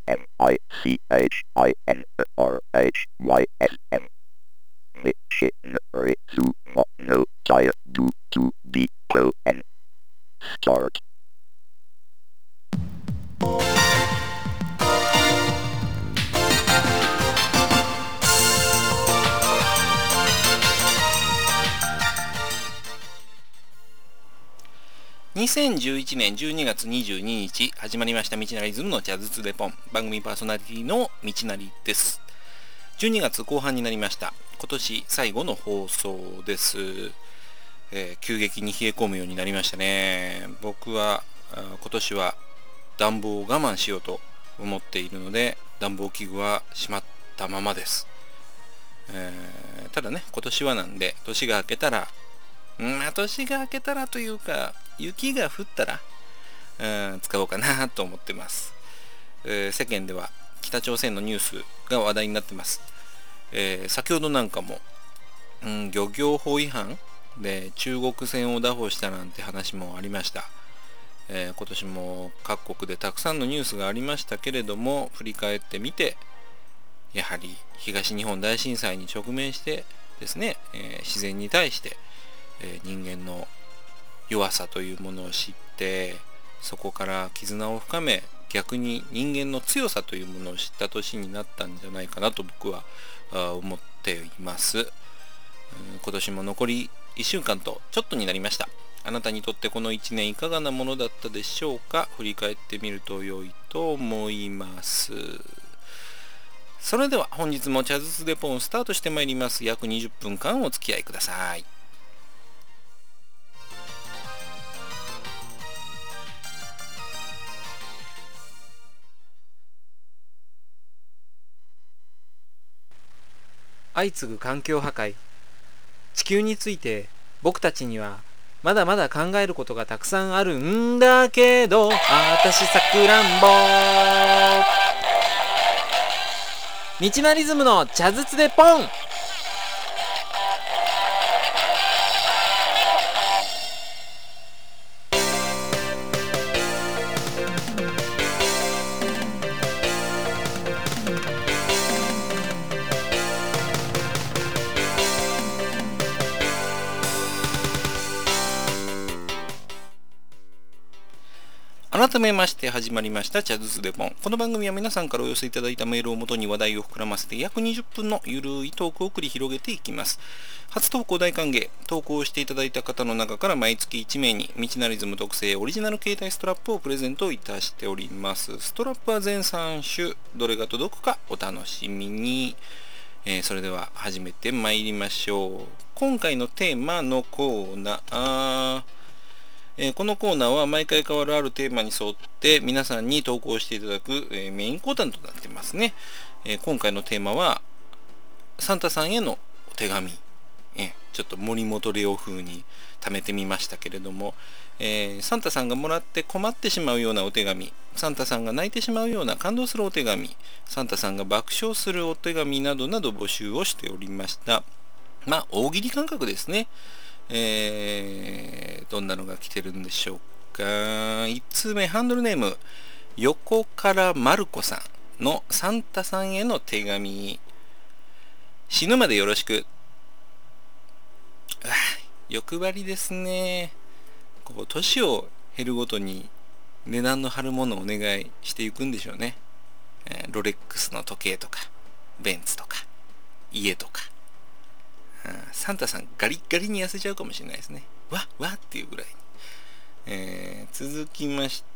MICHINRHYSM Machinery no tire do to the and start. 2011年12月22日始まりました道なりズムのジャズツレポン。番組パーソナリティの道なりです。12月後半になりました。今年最後の放送です。急激に冷え込むようになりましたね。僕は今年は暖房を我慢しようと思っているので、暖房器具は閉まったままです。ただね、今年はなんで年が明けたら年が明けたらというか雪が降ったら使おうかなと思ってます。世間では北朝鮮のニュースが話題になってます。先ほどなんかも、漁業法違反で中国船を拿捕したなんて話もありました。今年も各国でたくさんのニュースがありましたけれども、振り返ってみてやはり東日本大震災に直面してですね、自然に対して人間の弱さというものを知って、そこから絆を深め、逆に人間の強さというものを知った年になったんじゃないかなと僕は思っています。今年も残り1週間とちょっとになりました。あなたにとってこの1年いかがなものだったでしょうか。振り返ってみると良いと思います。それでは本日もチャズスレポンスタートしてまいります。約20分間お付き合いください。 相次ぐ環境破壊。地球について僕たちにはまだまだ考えることがたくさんあるんだけど、私さくらんぼ。道なりズムのチャズツでポン。 改めまして始まりましたチャズスレポン。この番組は皆さんからお寄せいただいたメールをもとに話題を膨らませて約20分のゆるいトークを繰り広げていきます。初投稿大歓迎。投稿していただいた方の中から毎月1名に道なりズム特製オリジナル携帯ストラップをプレゼントいたしております。ストラップは全3種、どれが届くかお楽しみに。それでは始めてまいりましょう。今回のテーマのコーナー、このコーナーは毎回変わるあるテーマに沿って皆さんに投稿していただく、メインコーナーとなってますね。今回のテーマはサンタさんへのお手紙。ちょっと森本レオ風に貯めてみましたけれども、サンタさんがもらって困ってしまうようなお手紙、サンタさんが泣いてしまうような感動するお手紙、サンタさんが爆笑するお手紙などなど募集をしておりました。大喜利感覚ですね。どんなのが来てるんでしょうか。1通目、ハンドルネーム横からまる子さんのサンタさんへの手紙。死ぬまでよろしく。欲張りですね。年を減るごとに値段の張るものをお願いしていくんでしょうね。ロレックスの時計とかベンツとか家とか。サンタさんガリッガリに痩せちゃうかもしれないですね。わっていうぐらいに。続きまして、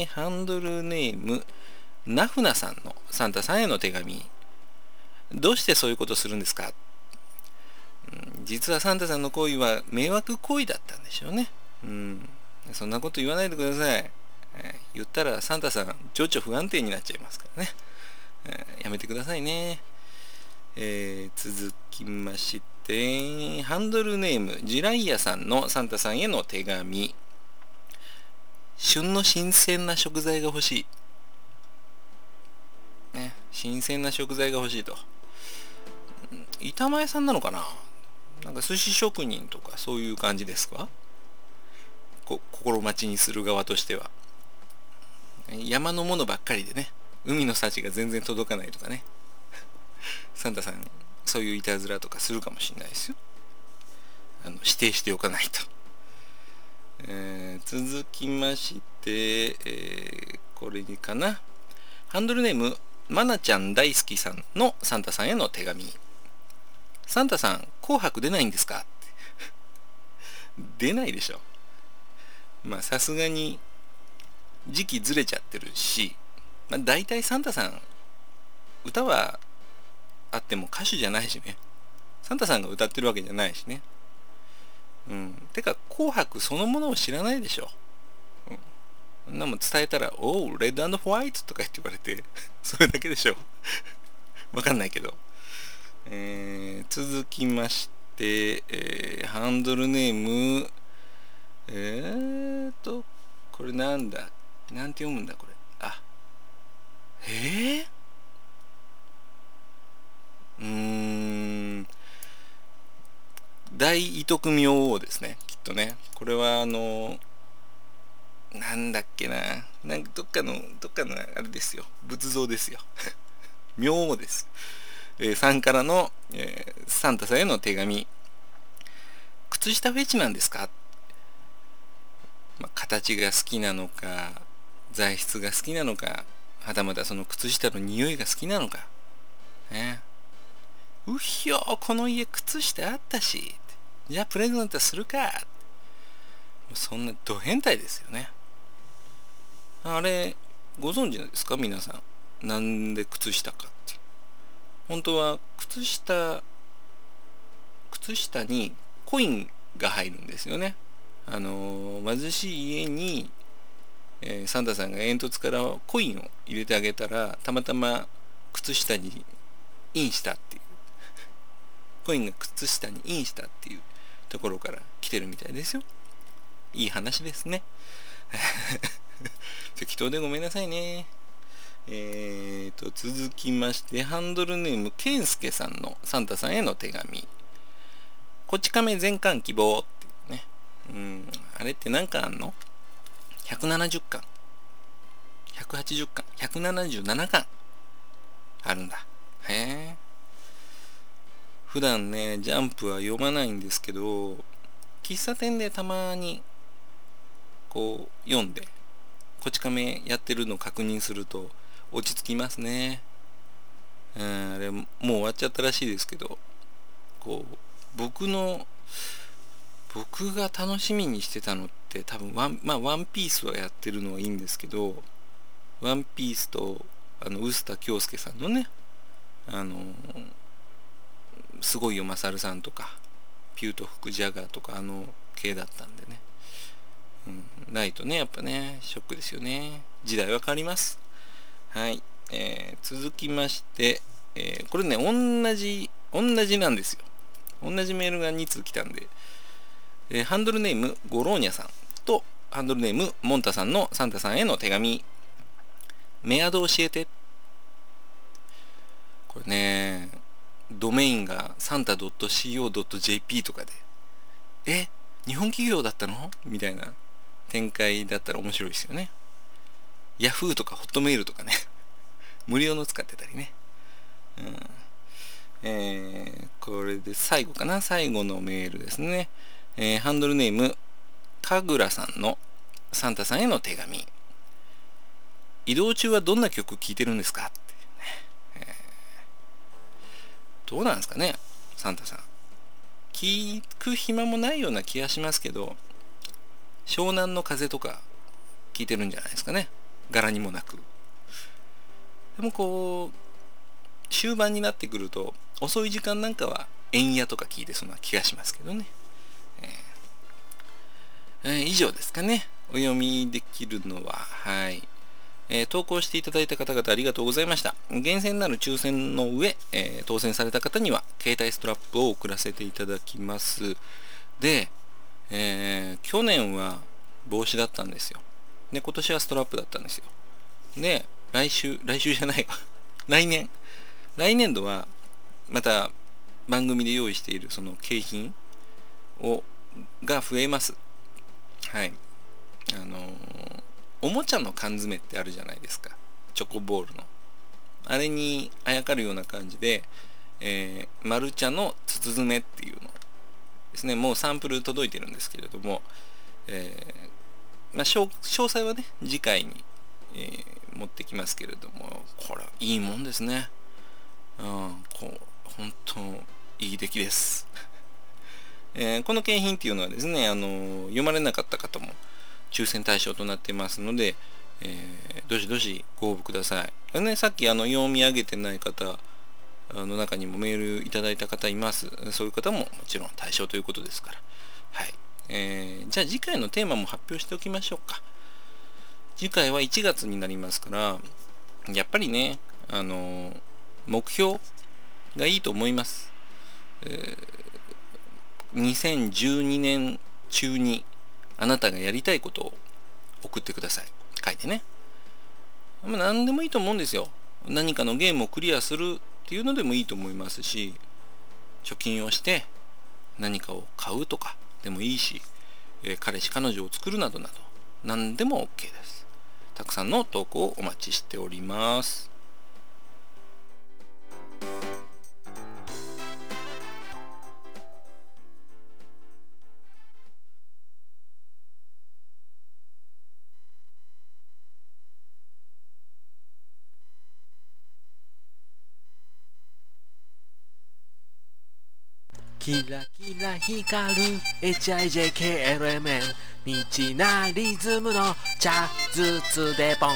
ハンドルネームナフナさんのサンタさんへの手紙。どうしてそういうことするんですか。実はサンタさんの行為は迷惑行為だったんでしょうね。そんなこと言わないでください。言ったらサンタさん情緒不安定になっちゃいますからね。やめてくださいね。続きまして、ハンドルネームジライヤさんのサンタさんへの手紙。旬の新鮮な食材が欲しい、新鮮な食材が欲しいと。板前さんなのかな。なんか寿司職人とかそういう感じですか。心待ちにする側としては山のものばっかりでね、 海の幸が全然届かないとかね。サンタさんそういういたずらとかするかもしれないですよ。指定しておかないと。続きまして、これにかな。ハンドルネームまなちゃん大好きさんのサンタさんへの手紙。サンタさん、紅白出ないんですか？出ないでしょ。まあさすがに時期ずれちゃってるし、まあ大体サンタさん歌はあっても歌手じゃないしね。サンタさんが歌ってるわけじゃないしね。てか紅白そのものを知らないでしょ。そんなもん伝えたら、おうレッド&ホワイトとか言われてそれだけでしょ。わかんないけど。続きまして、ハンドルネームこれなんだ、なんて読むんだこれ。大伊徳明王ですね、きっとね。これはなんだっけな、なんかどっかのあれですよ、仏像ですよ。明王です。さんからの、サンタさんへの手紙。靴下フェチなんですか？形が好きなのか、材質が好きなのか、はたまたその靴下の匂いが好きなのか。ね。うひょー、この家靴下あったし。じゃあプレゼントするか。そんなド変態ですよね。あれ、ご存知なんですか皆さん。なんで靴下かって。本当は靴下にコインが入るんですよね。貧しい家に、サンタさんが煙突からコインを入れてあげたら、たまたま靴下にインしたっていう。コインが靴下にインしたっていうところから来てるみたいですよ。いい話ですね。適当でごめんなさいね。続きまして、ハンドルネームケンスケさんのサンタさんへの手紙。こち亀全巻希望ってね。あれって何巻あんの？ 170 巻、180巻、177巻あるんだ。へえ。普段ね、ジャンプは読まないんですけど、喫茶店でたまにこう読んで、こち亀やってるのを確認すると落ち着きますね。あれもう終わっちゃったらしいですけど、こう僕が楽しみにしてたのって多分ワンピースはやってるのはいいんですけど、ワンピースと臼田恭介さんのね、すごいよマサルさんとかピュートフクジャガーとか系だったんでね、ないとねやっぱねショックですよね。時代は変わります。はい、続きまして、これね同じなんですよ。同じメールが2通来たんで、ハンドルネームゴローニャさんとハンドルネームモンタさんのサンタさんへの手紙。メアド教えて。これね、ドメインがサンタ .co.jp とかで、日本企業だったのみたいな展開だったら面白いですよね。ヤフーとかホットメールとかね無料の使ってたりね。これで最後かな。最後のメールですね。ハンドルネームかぐらさんのサンタさんへの手紙。移動中はどんな曲聴いてるんですかって、どうなんですかねサンタさん。聞く暇もないような気がしますけど、湘南の風とか聞いてるんじゃないですかね。柄にもなく。でもこう終盤になってくると遅い時間なんかは円野とか聞いてそうな気がしますけどね。以上ですかね。お読みできるのは、はい。投稿していただいた方々ありがとうございました。厳選なる抽選の上、当選された方には携帯ストラップを送らせていただきます。で、去年は帽子だったんですよ。で、今年はストラップだったんですよ。で、来週じゃないわ。来年度はまた番組で用意しているその景品が増えます。はい。おもちゃの缶詰ってあるじゃないですか。チョコボールの。 あれにあやかるような感じで、マル茶の筒詰めっていうのですね、もうサンプル届いてるんですけれども、詳細はね次回に、持ってきますけれども、これいいもんですね。本当いい出来です。この景品っていうのはですね、読まれなかった方も抽選対象となっていますので、どしどしご応募ください。ね、さっき読み上げてない方の中にもメールいただいた方います。そういう方ももちろん対象ということですから。はい。じゃあ次回のテーマも発表しておきましょうか。次回は1月になりますから、やっぱりね、目標がいいと思います。2012年中にあなたがやりたいことを送ってください。書いてね。何でもいいと思うんですよ。何かのゲームをクリアするっていうのでもいいと思いますし、貯金をして何かを買うとかでもいいし、彼氏彼女を作るなどなど何でも OK です。たくさんの投稿をお待ちしております。 キラキラ光る HIJKLMN 未知なリズムのジャズツでポン。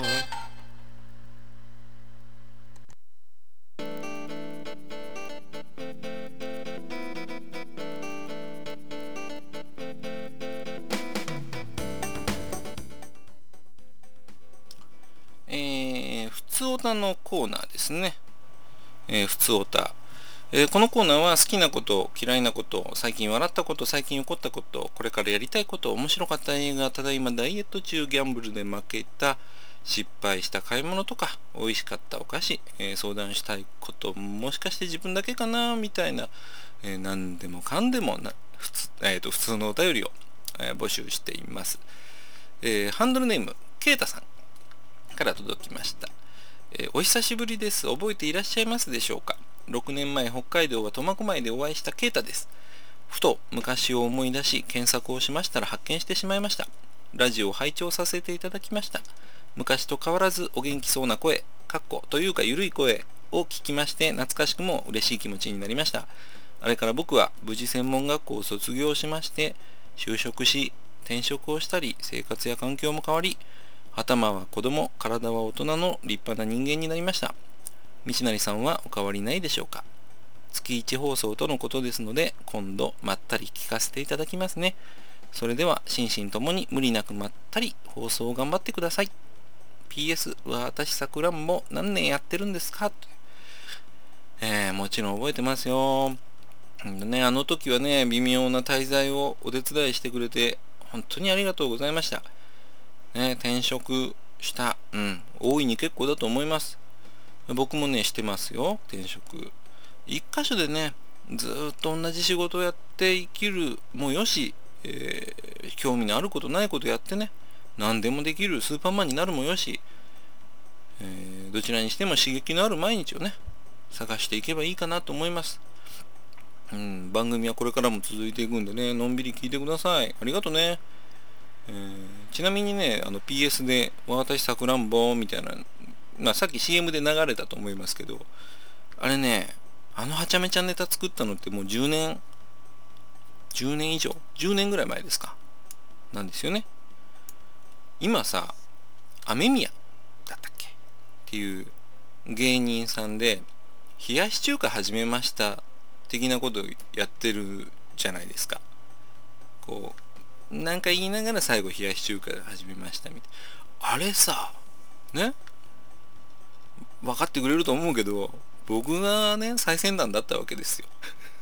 ふつおたのコーナーですね。ふつおた。このコーナーは好きなこと、嫌いなこと、最近笑ったこと、最近起こったこと、これからやりたいこと、面白かった映画、ただいまダイエット中、ギャンブルで負けた、失敗した買い物とか、美味しかったお菓子、相談したいこと、もしかして自分だけかなみたいな、何でもかんでも普通のお便りを、募集しています。ハンドルネーム、ケイタさんから届きました。お久しぶりです。覚えていらっしゃいますでしょうか。6年前、北海道は苫小牧でお会いしたケイタです。ふと昔を思い出し、検索をしましたら発見してしまいました。ラジオを拝聴させていただきました。昔と変わらずお元気そうな声、というかゆるい声を聞きまして、懐かしくも嬉しい気持ちになりました。あれから僕は無事専門学校を卒業しまして、就職し、転職をしたり、生活や環境も変わり、頭は子供、体は大人の立派な人間になりました。道成さんはお変わりないでしょうか。月1放送とのことですので、今度まったり聞かせていただきますね。それでは心身ともに無理なくまったり放送を頑張ってください。PS は私さくらんぼ何年やってるんですか。もちろん覚えてますよ。ね、あの時はね、微妙な滞在をお手伝いしてくれて本当にありがとうございました。ね、転職した、大いに結構だと思います。僕もねしてますよ、転職。一箇所でねずっと同じ仕事をやって生きるもよし、興味のあることないことやってね何でもできるスーパーマンになるもよし、どちらにしても刺激のある毎日をね探していけばいいかなと思います。番組はこれからも続いていくんでね、のんびり聞いてください。ありがとね。ちなみにね、PS で私さくらんぼみたいな、さっき CM で流れたと思いますけど、あれね、はちゃめちゃネタ作ったのってもう10年以上、10年ぐらい前ですか、なんですよね。今さ、雨宮だったっけっていう芸人さんで、冷やし中華始めました的なことをやってるじゃないですか。こう、なんか言いながら最後冷やし中華始めましたみたいな。あれさ、ね、分かってくれると思うけど、僕がね最先端だったわけですよ。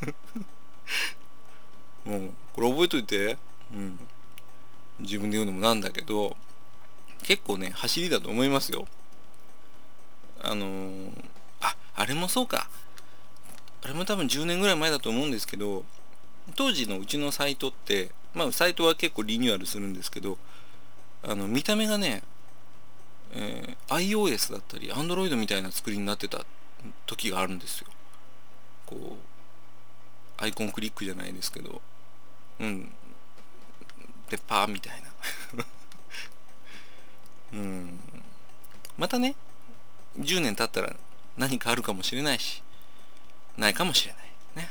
もうこれ覚えといて。自分で言うのもなんだけど、結構ね走りだと思いますよ。あれもそうか、あれも多分10年ぐらい前だと思うんですけど、当時のうちのサイトって、サイトは結構リニューアルするんですけど、見た目がね、 iOS だったり Android みたいな作りになってた時があるんですよ。こうアイコンクリックじゃないですけど、でパーみたいなまたね、10年経ったら何かあるかもしれないし、ないかもしれないね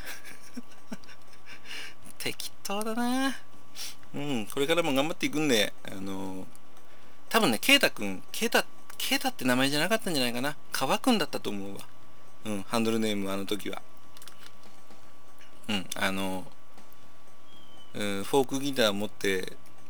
適当だな。これからも頑張っていくんで、多分ね、ケイタって名前じゃなかったんじゃないかな。川くんだったと思うわ。ハンドルネームあの時は。フォークギター持って、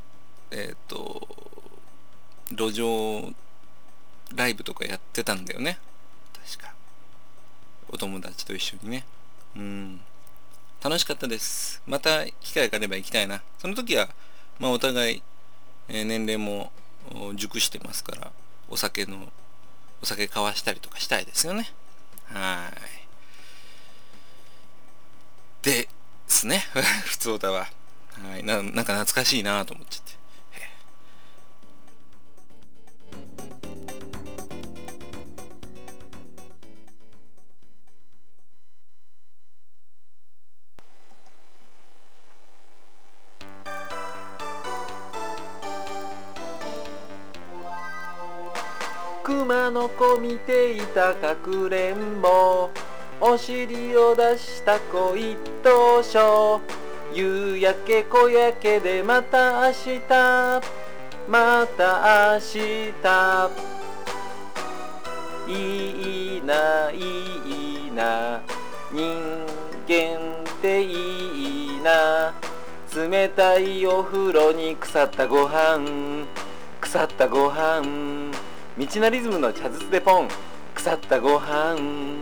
路上ライブとかやってたんだよね。確か。お友達と一緒にね。楽しかったです。また機会があれば行きたいな。その時は、お互い、年齢も熟してますから、お酒交わしたりとかしたいですよね。ですね。普通歌は。なんか懐かしいなと思っちゃって。 熊の子見ていたかくれんぼ、お尻を出した子一等賞、夕焼け小焼けでまた明日、また明日、いいないいな、人間っていいな、冷たいお風呂に腐ったご飯、腐ったご飯、道なリズムの茶筒でポン、腐ったご飯。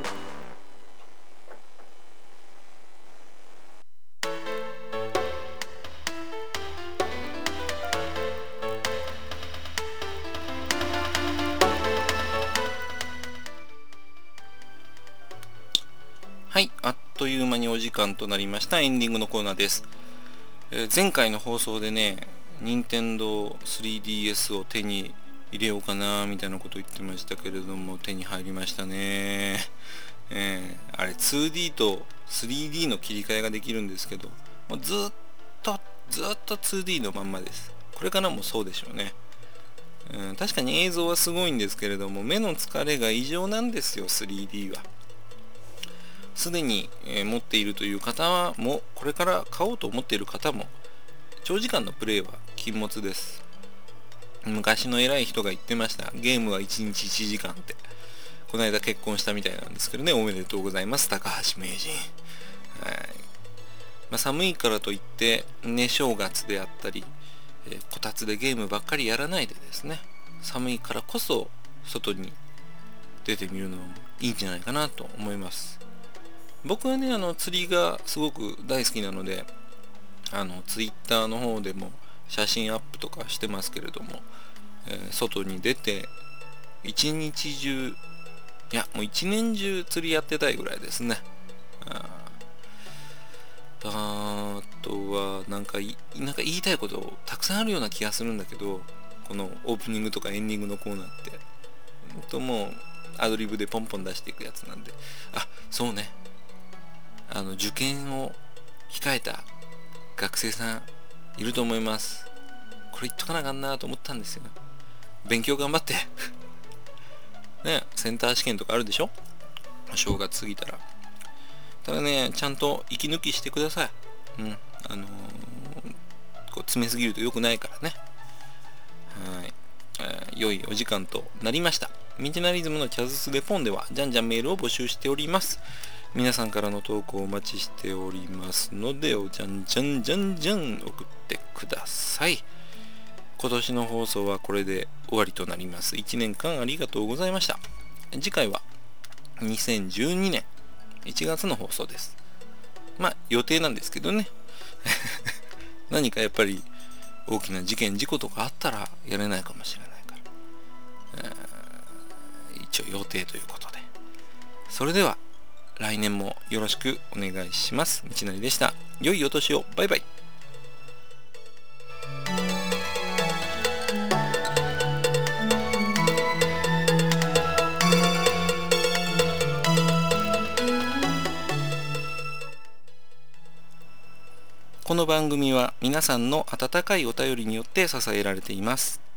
はい、あっという間にお時間となりました。エンディングのコーナーです。前回の放送でね、任天堂 3DS を手に入れようかなみたいなこと言ってましたけれども、手に入りましたね。あれ 2D と 3D の切り替えができるんですけど、もうずっと 2D のまんまです。これからもそうでしょうね。確かに映像はすごいんですけれども、目の疲れが異常なんですよ、3D は。すでに、持っているという方も、これから買おうと思っている方も、長時間のプレイは禁物です。昔の偉い人が言ってました。ゲームは1日1時間って。この間結婚したみたいなんですけどね、おめでとうございます、高橋名人。寒いからといって、ね、正月であったり、こたつでゲームばっかりやらないでですね、寒いからこそ外に出てみるのもいいんじゃないかなと思います。僕はね、釣りがすごく大好きなので、ツイッターの方でも写真アップとかしてますけれども、外に出て一日中、いやもう一年中釣りやってたいぐらいですね。あとはなんか言いたいことたくさんあるような気がするんだけど、このオープニングとかエンディングのコーナーってもうアドリブでポンポン出していくやつなんで、そうね、受験を控えた学生さんいると思います。これ言っとかなあかんなと思ったんですよ。勉強頑張ってね、センター試験とかあるでしょ、正月過ぎたら。ただね、ちゃんと息抜きしてください。こう詰めすぎると良くないからね。良いお時間となりました。ミンテナリズムのキャズスデポンではじゃんじゃんメールを募集しております。皆さんからの投稿をお待ちしておりますので、じゃんじゃんじゃんじゃん送ってください。今年の放送はこれで終わりとなります。1年間ありがとうございました。次回は2012年1月の放送です。予定なんですけどね何かやっぱり大きな事故とかあったらやれないかもしれないから、一応予定ということで、それでは来年もよろしくお願いします。道なりでした。良いお年を。バイバイ。 この番組は皆さんの温かいお便りによって支えられています。